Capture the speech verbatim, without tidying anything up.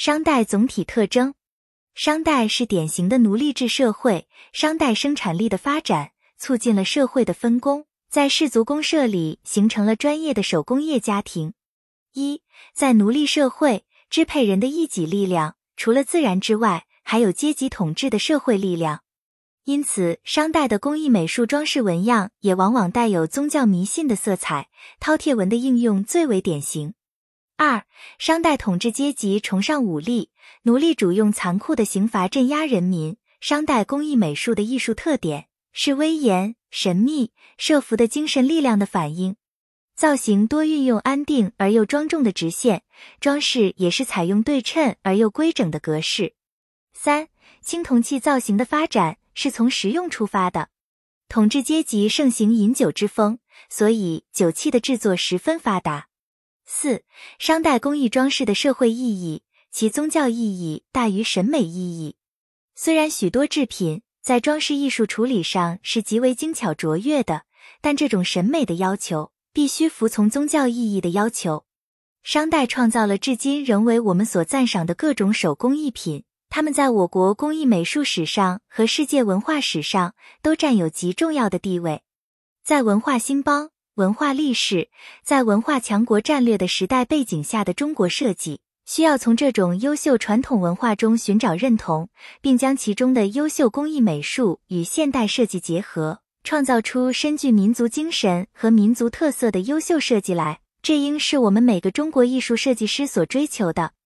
商代总体特征。商代是典型的奴隶制社会，商代生产力的发展促进了社会的分工，在氏族公社里形成了专业的手工业家庭。一，在奴隶社会，支配人的一己力量，除了自然之外，还有阶级统治的社会力量。因此，商代的工艺美术装饰纹样也往往带有宗教迷信的色彩，饕餮纹的应用最为典型。二，商代统治阶级崇尚武力，奴隶主用残酷的刑罚镇压人民。商代工艺美术的艺术特点是威严、神秘、设伏的精神力量的反映。造型多运用安定而又庄重的直线，装饰也是采用对称而又规整的格式。三，青铜器造型的发展是从实用出发的。统治阶级盛行饮酒之风，所以酒器的制作十分发达。四，商代工艺装饰的社会意义，其宗教意义大于审美意义。虽然许多制品在装饰艺术处理上是极为精巧卓越的，但这种审美的要求必须服从宗教意义的要求。商代创造了至今仍为我们所赞赏的各种手工艺品，它们在我国工艺美术史上和世界文化史上都占有极重要的地位。在文化兴邦、文化历史，在文化强国战略的时代背景下的中国设计，需要从这种优秀传统文化中寻找认同，并将其中的优秀工艺美术与现代设计结合，创造出深具民族精神和民族特色的优秀设计来。这应是我们每个中国艺术设计师所追求的。